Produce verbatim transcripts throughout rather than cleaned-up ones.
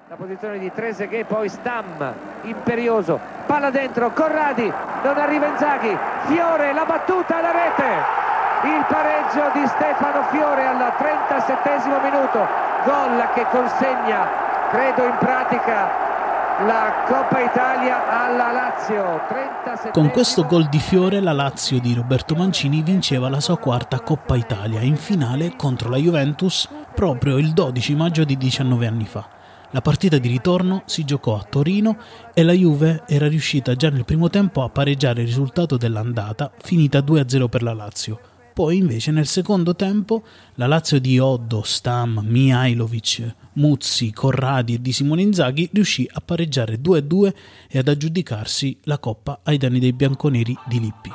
La posizione di Trezeguet, poi Stam, imperioso, palla dentro, Corradi, non arriva Inzaghi, Fiore, la battuta alla rete, il pareggio di Stefano Fiore al trentasettesimo minuto, gol che consegna, credo in pratica, la Coppa Italia alla Lazio. trentasettesimo Con questo gol di Fiore la Lazio di Roberto Mancini vinceva la sua quarta Coppa Italia in finale contro la Juventus proprio il dodici maggio di diciannove anni fa. La partita di ritorno si giocò a Torino e la Juve era riuscita già nel primo tempo a pareggiare il risultato dell'andata, finita due a zero per la Lazio. Poi invece nel secondo tempo la Lazio di Oddo, Stam, Mihajlovic, Muzzi, Corradi e di Simone Inzaghi riuscì a pareggiare due a due e ad aggiudicarsi la Coppa ai danni dei bianconeri di Lippi.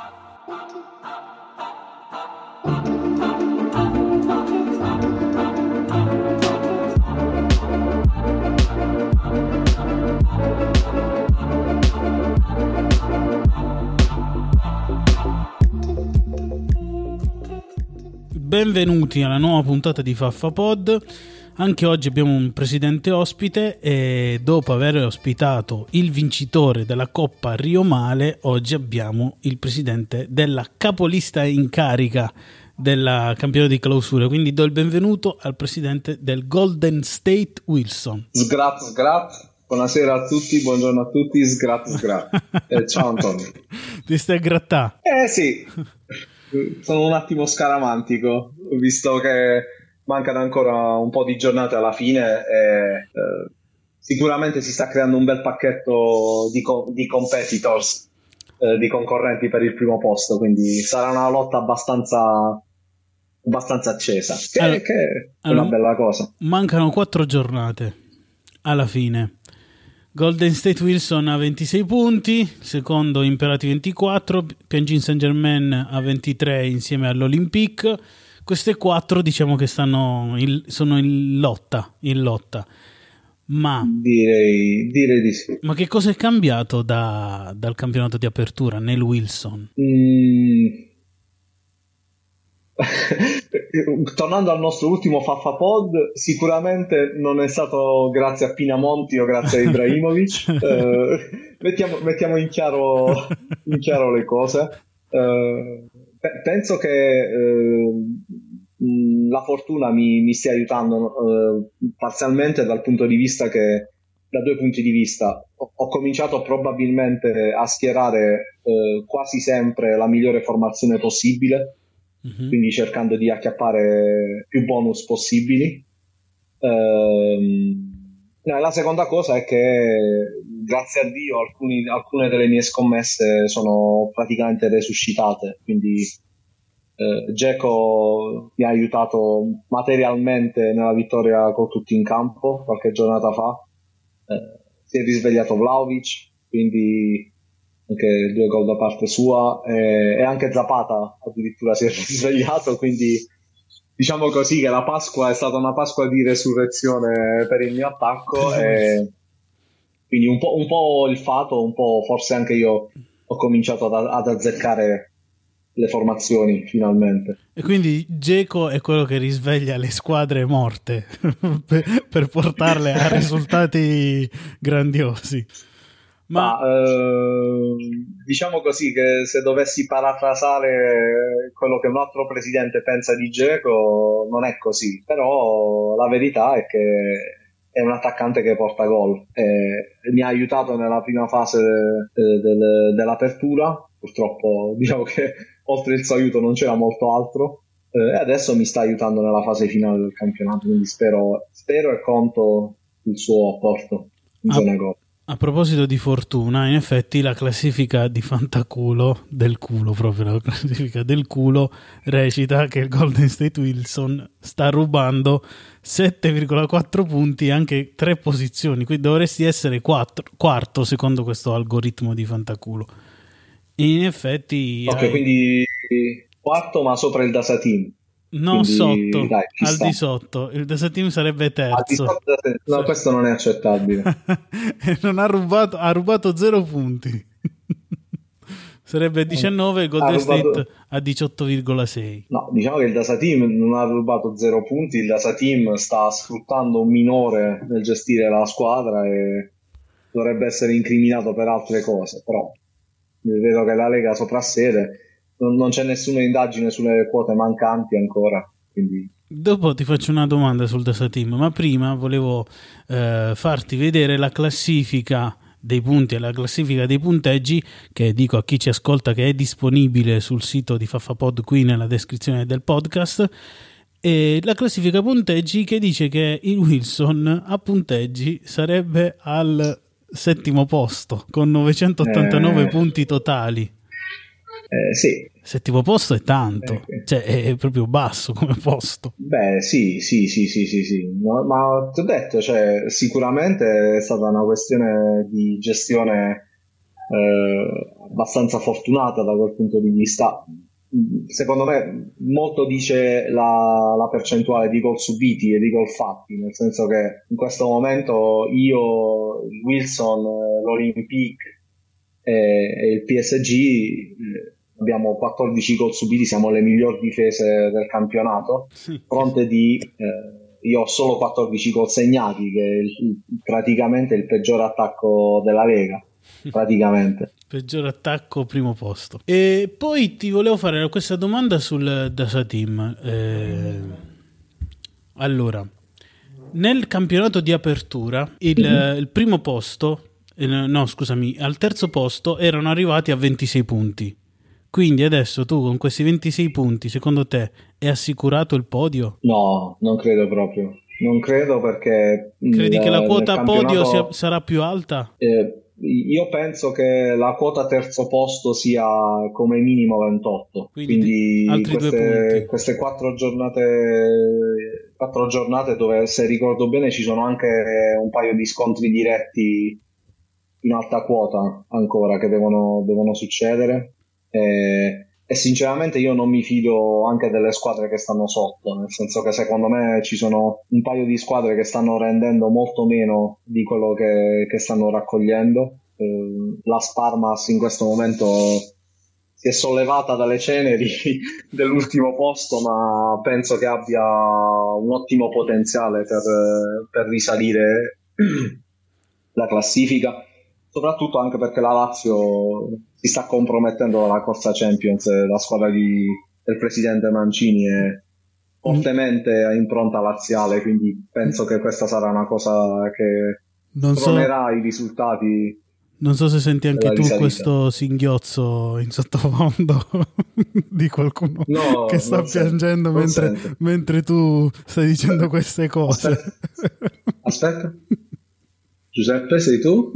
Benvenuti alla nuova puntata di FaffaPod. Anche oggi abbiamo un presidente ospite e dopo aver ospitato il vincitore della Coppa Rio Male, oggi abbiamo il presidente della capolista in carica del campionato di clausura. Quindi do il benvenuto al presidente del Golden State Wilson. Sgrat, sgrat. Buonasera a tutti, buongiorno a tutti, sgrat, sgrat. Eh, ciao Antonio. Ti stai a grattà? Eh sì. Sono un attimo scaramantico, visto che mancano ancora un po' di giornate alla fine e eh, sicuramente si sta creando un bel pacchetto di, co- di competitors, eh, di concorrenti per il primo posto, quindi sarà una lotta abbastanza, abbastanza accesa, che, allora, che è allora, una bella cosa. Mancano quattro giornate alla fine. Golden State Wilson a ventisei punti, secondo Imperati ventiquattro, Tianjin Saint-Germain a ventitré insieme all'Olympique. Queste quattro diciamo che stanno in, sono in lotta, in lotta. Ma direi, direi di sì. Ma che cosa è cambiato da, dal campionato di apertura nel Wilson? Mm. Tornando al nostro ultimo FaffaPod, sicuramente non è stato grazie a Pinamonti o grazie a Ibrahimovic. eh, mettiamo, mettiamo in chiaro, in chiaro le cose. Eh, pe- penso che eh, la fortuna mi, mi stia aiutando eh, parzialmente dal punto di vista che, da due punti di vista, ho, ho cominciato probabilmente a schierare eh, quasi sempre la migliore formazione possibile. Mm-hmm. Quindi cercando di acchiappare più bonus possibili. Ehm, la seconda cosa è che grazie a Dio alcuni, alcune delle mie scommesse sono praticamente resuscitate, quindi eh, Dzeko mi ha aiutato materialmente nella vittoria con tutti in campo qualche giornata fa, eh, si è risvegliato Vlahovic, quindi anche due gol da parte sua, e, e anche Zapata addirittura si è risvegliato, quindi diciamo così che la Pasqua è stata una Pasqua di resurrezione per il mio attacco, e quindi un po', un po' il fato, un po' forse anche io ho cominciato ad, ad azzeccare le formazioni finalmente. E quindi Dzeko è quello che risveglia le squadre morte per, per portarle a risultati grandiosi. Ma, Ma eh, diciamo così che se dovessi parafrasare quello che un altro presidente pensa di Dzeko, non è così, però la verità è che è un attaccante che porta gol e mi ha aiutato nella prima fase de- de- dell'apertura, purtroppo diciamo che oltre il suo aiuto non c'era molto altro, eh, e adesso mi sta aiutando nella fase finale del campionato, quindi spero, spero e conto il suo apporto in zona gol. A proposito di fortuna, in effetti la classifica di fantaculo, del culo proprio, la classifica del culo recita che il Golden State Wilson sta rubando sette virgola quattro punti e anche tre posizioni, quindi dovresti essere quattro, quarto secondo questo algoritmo di fantaculo. In effetti... Ok, hai... quindi quarto ma sopra il Dasa Team. No, quindi, sotto, dai, al sta. di sotto. Il Dasa Team sarebbe terzo. Al di sotto, no, questo non è accettabile. E non ha rubato, ha rubato zero punti. Sarebbe diciannove e Golden rubato... State a diciotto virgola sei. No, diciamo che il Dasa Team non ha rubato zero punti, il Dasa Team sta sfruttando un minore nel gestire la squadra e dovrebbe essere incriminato per altre cose, però vedo che la Lega soprassede, non, non c'è nessuna indagine sulle quote mancanti ancora, quindi... Dopo ti faccio una domanda sul Dasa Team, ma prima volevo eh, farti vedere la classifica dei punti e la classifica dei punteggi, che dico a chi ci ascolta che è disponibile sul sito di FaffaPod qui nella descrizione del podcast, e la classifica punteggi che dice che il Wilson a punteggi sarebbe al settimo posto con novecentottantanove eh... punti totali. Eh, sì. Settimo posto è tanto, eh, cioè è proprio basso come posto. Beh, sì, sì, sì, sì, sì, sì. No, ma ti ho detto, cioè, sicuramente è stata una questione di gestione eh, abbastanza fortunata da quel punto di vista. Secondo me molto dice la, la percentuale di gol subiti e di gol fatti, nel senso che in questo momento io, il Wilson, l'Olympique e, e il P S G eh, abbiamo quattordici gol subiti, siamo le migliori difese del campionato, sì. Fronte di eh, io ho solo quattordici gol segnati, che è il, praticamente il peggior attacco della Lega, praticamente. Peggior attacco, primo posto. E poi ti volevo fare questa domanda sul Dasa Team. Eh, allora, nel campionato di apertura il, mm-hmm. il primo posto, eh, no scusami, al terzo posto erano arrivati a ventisei punti. Quindi adesso tu con questi ventisei punti, secondo te è assicurato il podio? No, non credo proprio. Non credo perché... Credi il, che la quota podio sia, sarà più alta? Eh, io penso che la quota terzo posto sia come minimo ventotto. Quindi, Quindi altri queste, due punti. Queste quattro giornate, quattro giornate dove, se ricordo bene, ci sono anche un paio di scontri diretti in alta quota ancora che devono, devono succedere. E, e sinceramente io non mi fido anche delle squadre che stanno sotto, nel senso che secondo me ci sono un paio di squadre che stanno rendendo molto meno di quello che, che stanno raccogliendo. Eh, la Parmas in questo momento si è sollevata dalle ceneri dell'ultimo posto, ma penso che abbia un ottimo potenziale per, per risalire la classifica, soprattutto anche perché la Lazio si sta compromettendo dalla corsa Champions. La squadra di, del presidente Mancini è fortemente a impronta laziale, quindi penso che questa sarà una cosa che troverà so, i risultati. Non so se senti anche tu risalita. Questo singhiozzo in sottofondo di qualcuno no, che sta piangendo mentre, mentre tu stai dicendo queste cose. Aspetta, Aspetta. Giuseppe, sei tu?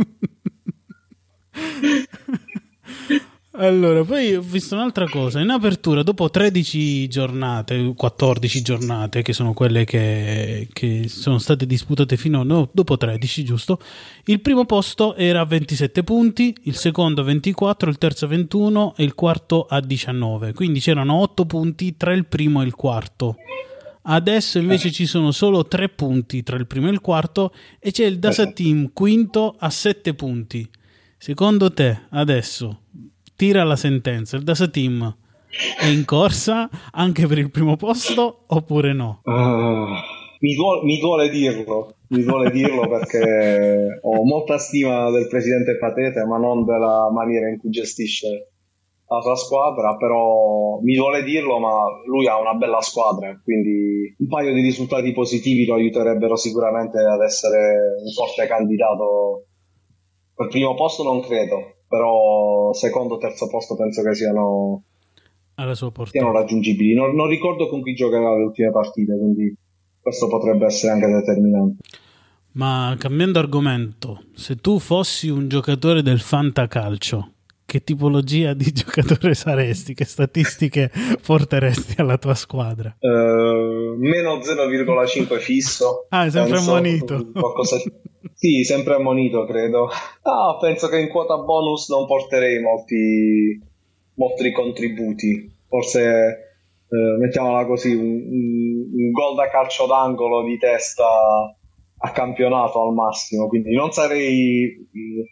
Allora, poi ho visto un'altra cosa. In apertura, dopo tredici giornate, quattordici giornate, che sono quelle che, che sono state disputate fino a... No, dopo tredici, giusto? Il primo posto era a ventisette punti, il secondo a ventiquattro, il terzo a ventuno e il quarto a diciannove. Quindi c'erano otto punti tra il primo e il quarto. Adesso invece ci sono solo tre punti tra il primo e il quarto e c'è il Dasa Team quinto a sette punti. Secondo te, adesso... tira la sentenza, il Dasa Team è in corsa anche per il primo posto oppure no? Uh, mi, duole, mi duole dirlo, mi duole dirlo perché ho molta stima del presidente Patete, ma non della maniera in cui gestisce la sua squadra, però mi duole dirlo, ma lui ha una bella squadra, quindi un paio di risultati positivi lo aiuterebbero sicuramente ad essere un forte candidato. Per primo posto non credo, però secondo terzo posto penso che siano, alla sua portata. Siano raggiungibili. Non, non ricordo con chi giocherà le ultime partite, quindi questo potrebbe essere anche determinante. Ma cambiando argomento, se tu fossi un giocatore del fantacalcio, che tipologia di giocatore saresti? Che statistiche porteresti alla tua squadra? Uh, meno zero virgola cinque fisso. Ah, è sempre penso, ammonito. Qualcosa... Sì, sempre ammonito, credo. Ah, penso che in quota bonus non porterei molti, molti contributi. Forse, eh, mettiamola così, un, un gol da calcio d'angolo di testa a campionato al massimo. Quindi non sarei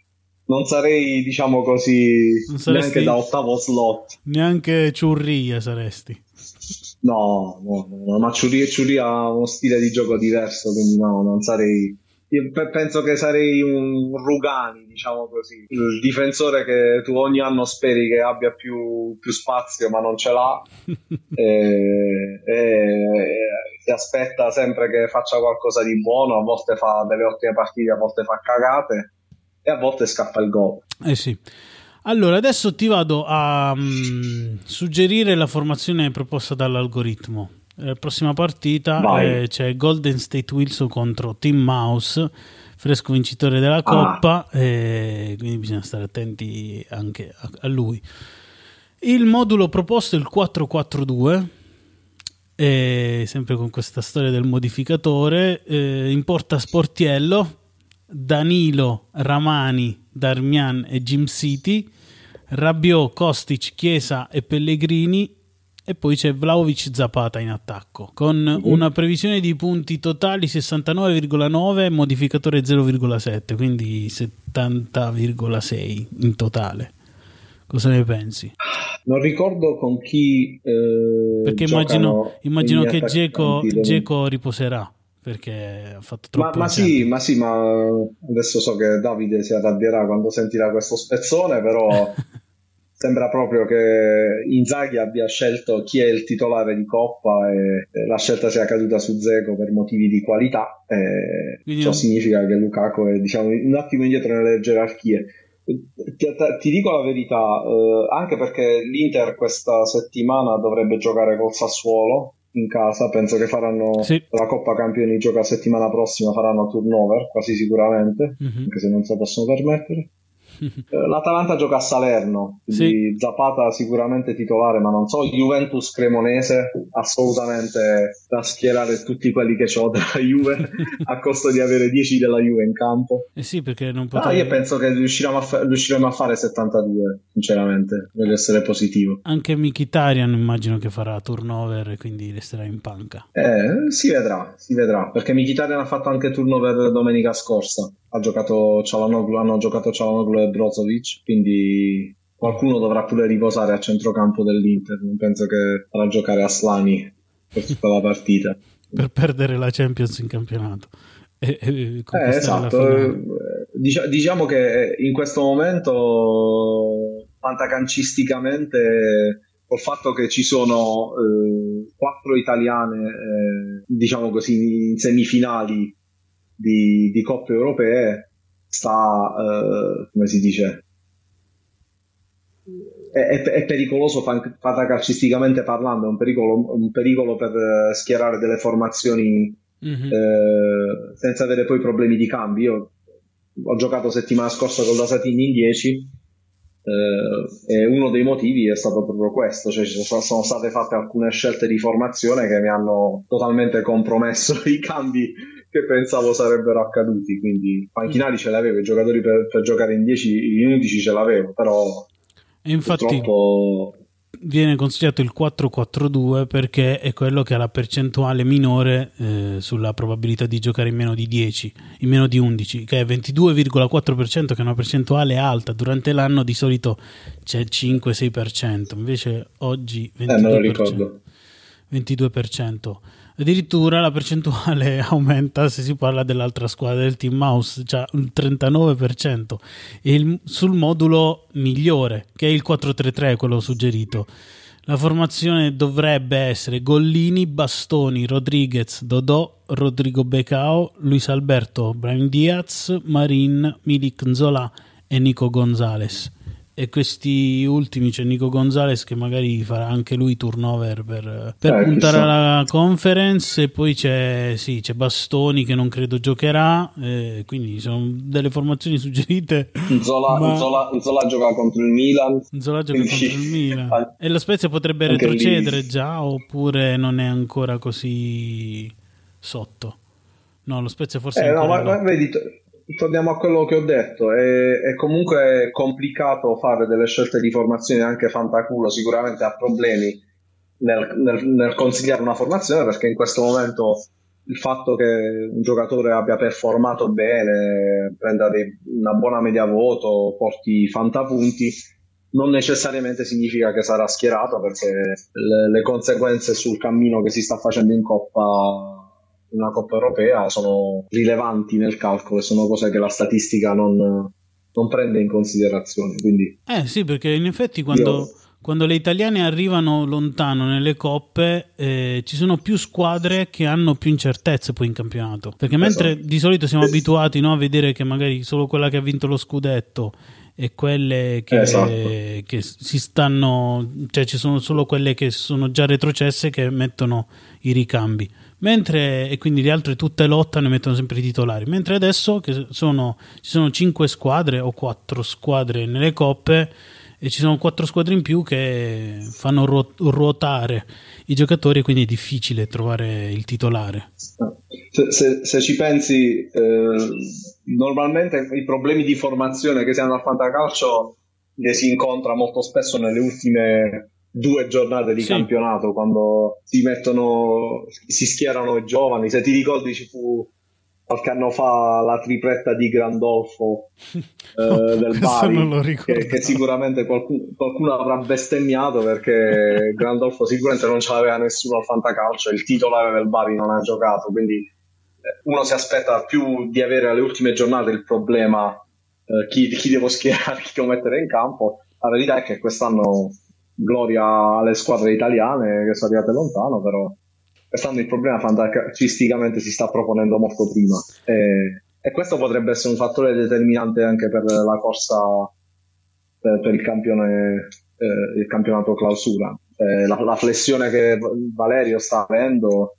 non sarei, diciamo così, saresti... neanche da ottavo slot. Neanche Ciurria saresti. No, no, no, ma Ciurria, Ciurria ha uno stile di gioco diverso, quindi no, non sarei... Io penso che sarei un Rugani, diciamo così, il difensore che tu ogni anno speri che abbia più, più spazio ma non ce l'ha e, e, e si aspetta sempre che faccia qualcosa di buono, a volte fa delle ottime partite, a volte fa cagate e a volte scappa il gol. Eh sì. Allora, adesso ti vado a um, suggerire la formazione proposta dall'algoritmo. La prossima partita eh, c'è Golden State Wilson contro Team Mouse, fresco vincitore della Coppa, ah. e quindi bisogna stare attenti anche a, a lui. Il modulo proposto è il quattro quattro due, e sempre con questa storia del modificatore, eh, in porta Sportiello, Danilo, Ramani, Darmian e Jim City, Rabiot, Kostic, Chiesa e Pellegrini. E poi c'è Vlahovic, Zapata in attacco, con mm-hmm. una previsione di punti totali sessantanove virgola nove, modificatore zero virgola sette, quindi settanta virgola sei in totale. Cosa ne pensi? Non ricordo con chi eh, perché immagino, immagino che Dzeko, Dzeko riposerà, perché ha fatto troppo. Ma, ma sì, ma sì, ma adesso so che Davide si arrabbierà quando sentirà questo spezzone, però sembra proprio che Inzaghi abbia scelto chi è il titolare di Coppa e la scelta sia caduta su Dzeko per motivi di qualità. E ciò non... significa che Lukaku è, diciamo, un attimo indietro nelle gerarchie. Ti, ti dico la verità, eh, anche perché l'Inter questa settimana dovrebbe giocare col Sassuolo in casa, penso che faranno sì. La Coppa Campioni gioca la settimana prossima, faranno turnover quasi sicuramente, mm-hmm. anche se non se lo possono permettere. L'Atalanta gioca a Salerno, quindi sì. Zapata sicuramente titolare, ma non so, Juventus Cremonese assolutamente da schierare tutti quelli che ho della Juve a costo di avere dieci della Juve in campo. Eh sì, perché non potrei... ah, io penso che riusciremo a, fa- riusciremo a fare settantadue, sinceramente, voglio essere positivo. Anche Mkhitaryan immagino che farà turnover e quindi resterà in panca. Eh, si vedrà, si vedrà, perché Mkhitaryan ha fatto anche turnover domenica scorsa. Ha giocato Çalhanoğlu, hanno giocato Çalhanoğlu e Brozovic, quindi qualcuno dovrà pure riposare a centrocampo dell'Inter. Non penso che farà giocare Aslani per tutta la partita per perdere la Champions in campionato e, e eh, esatto. Dici- diciamo che in questo momento fantacancisticamente, col fatto che ci sono eh, quattro italiane eh, diciamo così in semifinali Di, di coppe europee, sta uh, come si dice è, è, è pericoloso fantacalcisticamente parlando, è un pericolo, un pericolo per schierare delle formazioni mm-hmm. eh, senza avere poi problemi di cambi. Io ho giocato settimana scorsa con la Satini in dieci eh, e uno dei motivi è stato proprio questo, cioè sono state fatte alcune scelte di formazione che mi hanno totalmente compromesso i cambi che pensavo sarebbero accaduti, quindi panchinari ce l'avevo, i giocatori per, per giocare in dieci, in undici ce l'avevo, però e infatti purtroppo viene consigliato il quattro quattro due perché è quello che ha la percentuale minore eh, sulla probabilità di giocare in meno di dieci, in meno di undici, che è ventidue virgola quattro per cento, che è una percentuale alta. Durante l'anno di solito c'è il cinque sei per cento, invece oggi ventidue per cento. Eh, me lo ricordo. ventidue per cento. Addirittura la percentuale aumenta se si parla dell'altra squadra, del Team Mouse, cioè il trentanove per cento, e il, sul modulo migliore, che è il quattro tre tre, quello suggerito. La formazione dovrebbe essere Gollini, Bastoni, Rodriguez, Dodò, Rodrigo Becao, Luis Alberto, Brahim Diaz, Marin, Milik, Nzola e Nico Gonzalez. E questi ultimi, c'è Nico Gonzalez che magari farà anche lui turnover per, per eh, puntare alla Conference, e poi c'è, sì, c'è Bastoni che non credo giocherà, eh, quindi sono delle formazioni suggerite. Zola, ma... Zola, Zola gioca contro il Milan. Zola gioca quindi... contro il Milan. E la Spezia potrebbe anche retrocedere lì. Già, oppure non è ancora così sotto? No, lo Spezia forse eh, è no, ancora ma, ma vedi, torniamo a quello che ho detto, è, è comunque complicato fare delle scelte di formazione, anche Fantaculo sicuramente ha problemi nel, nel, nel consigliare una formazione, perché in questo momento il fatto che un giocatore abbia performato bene, prenda dei, una buona media voto, porti fantapunti, non necessariamente significa che sarà schierato, perché le, le conseguenze sul cammino che si sta facendo in Coppa, una Coppa Europea, sono rilevanti nel calcolo e sono cose che la statistica non, non prende in considerazione. Quindi, eh sì, perché in effetti quando, io... quando le italiane arrivano lontano nelle coppe eh, ci sono più squadre che hanno più incertezze poi in campionato, perché mentre esatto. di solito siamo esatto. abituati, no, a vedere che magari solo quella che ha vinto lo scudetto e quelle che, esatto. che si stanno, cioè ci sono solo quelle che sono già retrocesse che mettono i ricambi, mentre, e quindi gli altri tutte lottano e mettono sempre i titolari, mentre adesso che sono, ci sono cinque squadre o quattro squadre nelle coppe e ci sono quattro squadre in più che fanno ruotare i giocatori, quindi è difficile trovare il titolare. Se, se, se ci pensi, eh, normalmente i problemi di formazione che si hanno al fantacalcio li si incontra molto spesso nelle ultime due giornate di sì. campionato, quando si mettono, si schierano i giovani. Se ti ricordi, ci fu qualche anno fa la tripletta di Grandolfo eh, del Bari, che, che sicuramente qualcuno, qualcuno avrà bestemmiato, perché Grandolfo sicuramente non ce l'aveva nessuno al fantacalcio, il titolare del Bari non ha giocato, quindi uno si aspetta più di avere alle ultime giornate il problema eh, chi, chi devo schierare, chi devo mettere in campo. La verità è che quest'anno gloria alle squadre italiane che sono arrivate lontano, però quest'anno il problema fantacalcisticamente si sta proponendo molto prima, e, e questo potrebbe essere un fattore determinante anche per la corsa per, per il campione eh, il campionato clausura. Eh, la, la flessione che Valerio sta avendo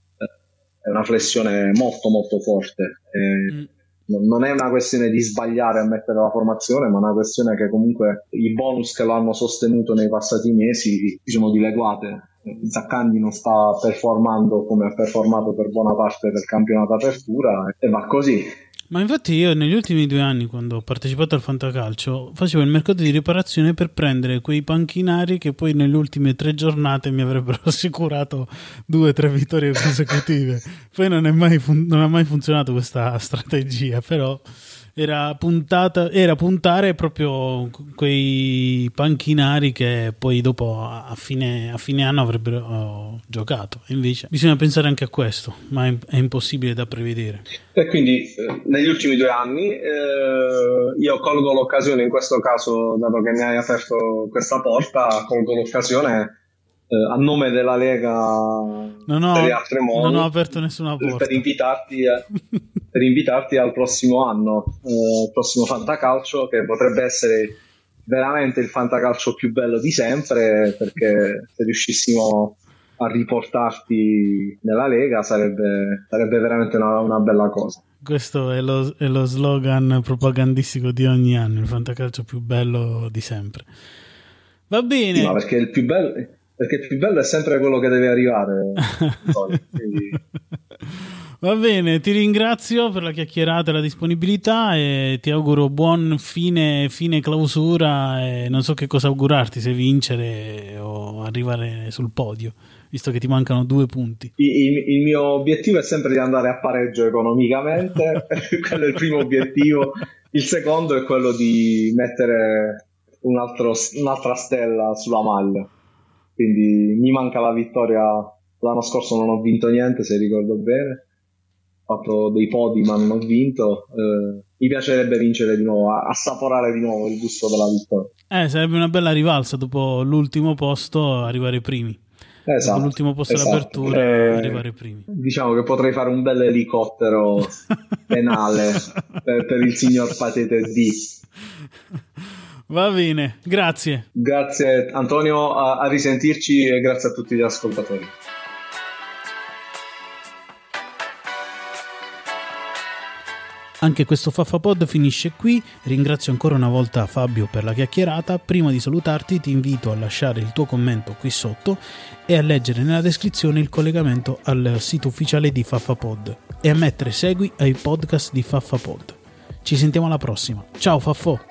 eh, è una flessione molto molto forte, eh, mm. non, non è una questione di sbagliare a mettere la formazione, ma una questione che comunque i bonus che lo hanno sostenuto nei passati mesi si sono dileguate. Zaccagni non sta performando come ha performato per buona parte del campionato apertura e va così. Ma infatti io negli ultimi due anni, quando ho partecipato al fantacalcio, facevo il mercato di riparazione per prendere quei panchinari che poi nelle ultime tre giornate mi avrebbero assicurato due o tre vittorie consecutive. Poi non è mai fun- non ha mai funzionato questa strategia, però era puntata era puntare proprio quei panchinari che poi dopo a fine, a fine anno avrebbero oh, giocato. Invece bisogna pensare anche a questo, ma è, è impossibile da prevedere. E quindi eh, negli ultimi due anni eh, io colgo l'occasione, in questo caso, dato che mi hai aperto questa porta, colgo l'occasione eh, a nome della Lega non ho, per altre modi, non ho aperto nessuna porta per invitarti a, per invitarti al prossimo anno, eh, il prossimo fantacalcio, che potrebbe essere veramente il fantacalcio più bello di sempre, perché se riuscissimo a riportarti nella Lega sarebbe, sarebbe veramente una, una bella cosa. Questo è lo, è lo slogan propagandistico di ogni anno, il fantacalcio più bello di sempre. Va bene. Sì, ma perché il più bello, perché il più bello è sempre quello che deve arrivare. Quindi... Va bene, ti ringrazio per la chiacchierata e la disponibilità e ti auguro buon fine, fine clausura, e non so che cosa augurarti, se vincere o arrivare sul podio, visto che ti mancano due punti. Il, il mio obiettivo è sempre di andare a pareggio economicamente, quello è il primo obiettivo. Il secondo è quello di mettere un altro, un'altra stella sulla maglia. Quindi mi manca la vittoria. L'anno scorso non ho vinto niente, se ricordo bene. Ho fatto dei podi ma non ho vinto. Eh, mi piacerebbe vincere di nuovo, assaporare di nuovo il gusto della vittoria. Eh, sarebbe una bella rivalsa dopo l'ultimo posto, arrivare ai primi. Esatto, dopo l'ultimo posto esatto. all'apertura, eh, arrivare ai primi. Diciamo che potrei fare un bel elicottero penale per, per il signor Patete D. Va bene, grazie. Grazie Antonio, a, a risentirci, e grazie a tutti gli ascoltatori. Anche questo FaffaPod finisce qui. Ringrazio ancora una volta Fabio per la chiacchierata. Prima di salutarti ti invito a lasciare il tuo commento qui sotto e a leggere nella descrizione il collegamento al sito ufficiale di FaffaPod e a mettere segui ai podcast di FaffaPod. Ci sentiamo alla prossima. Ciao Faffo!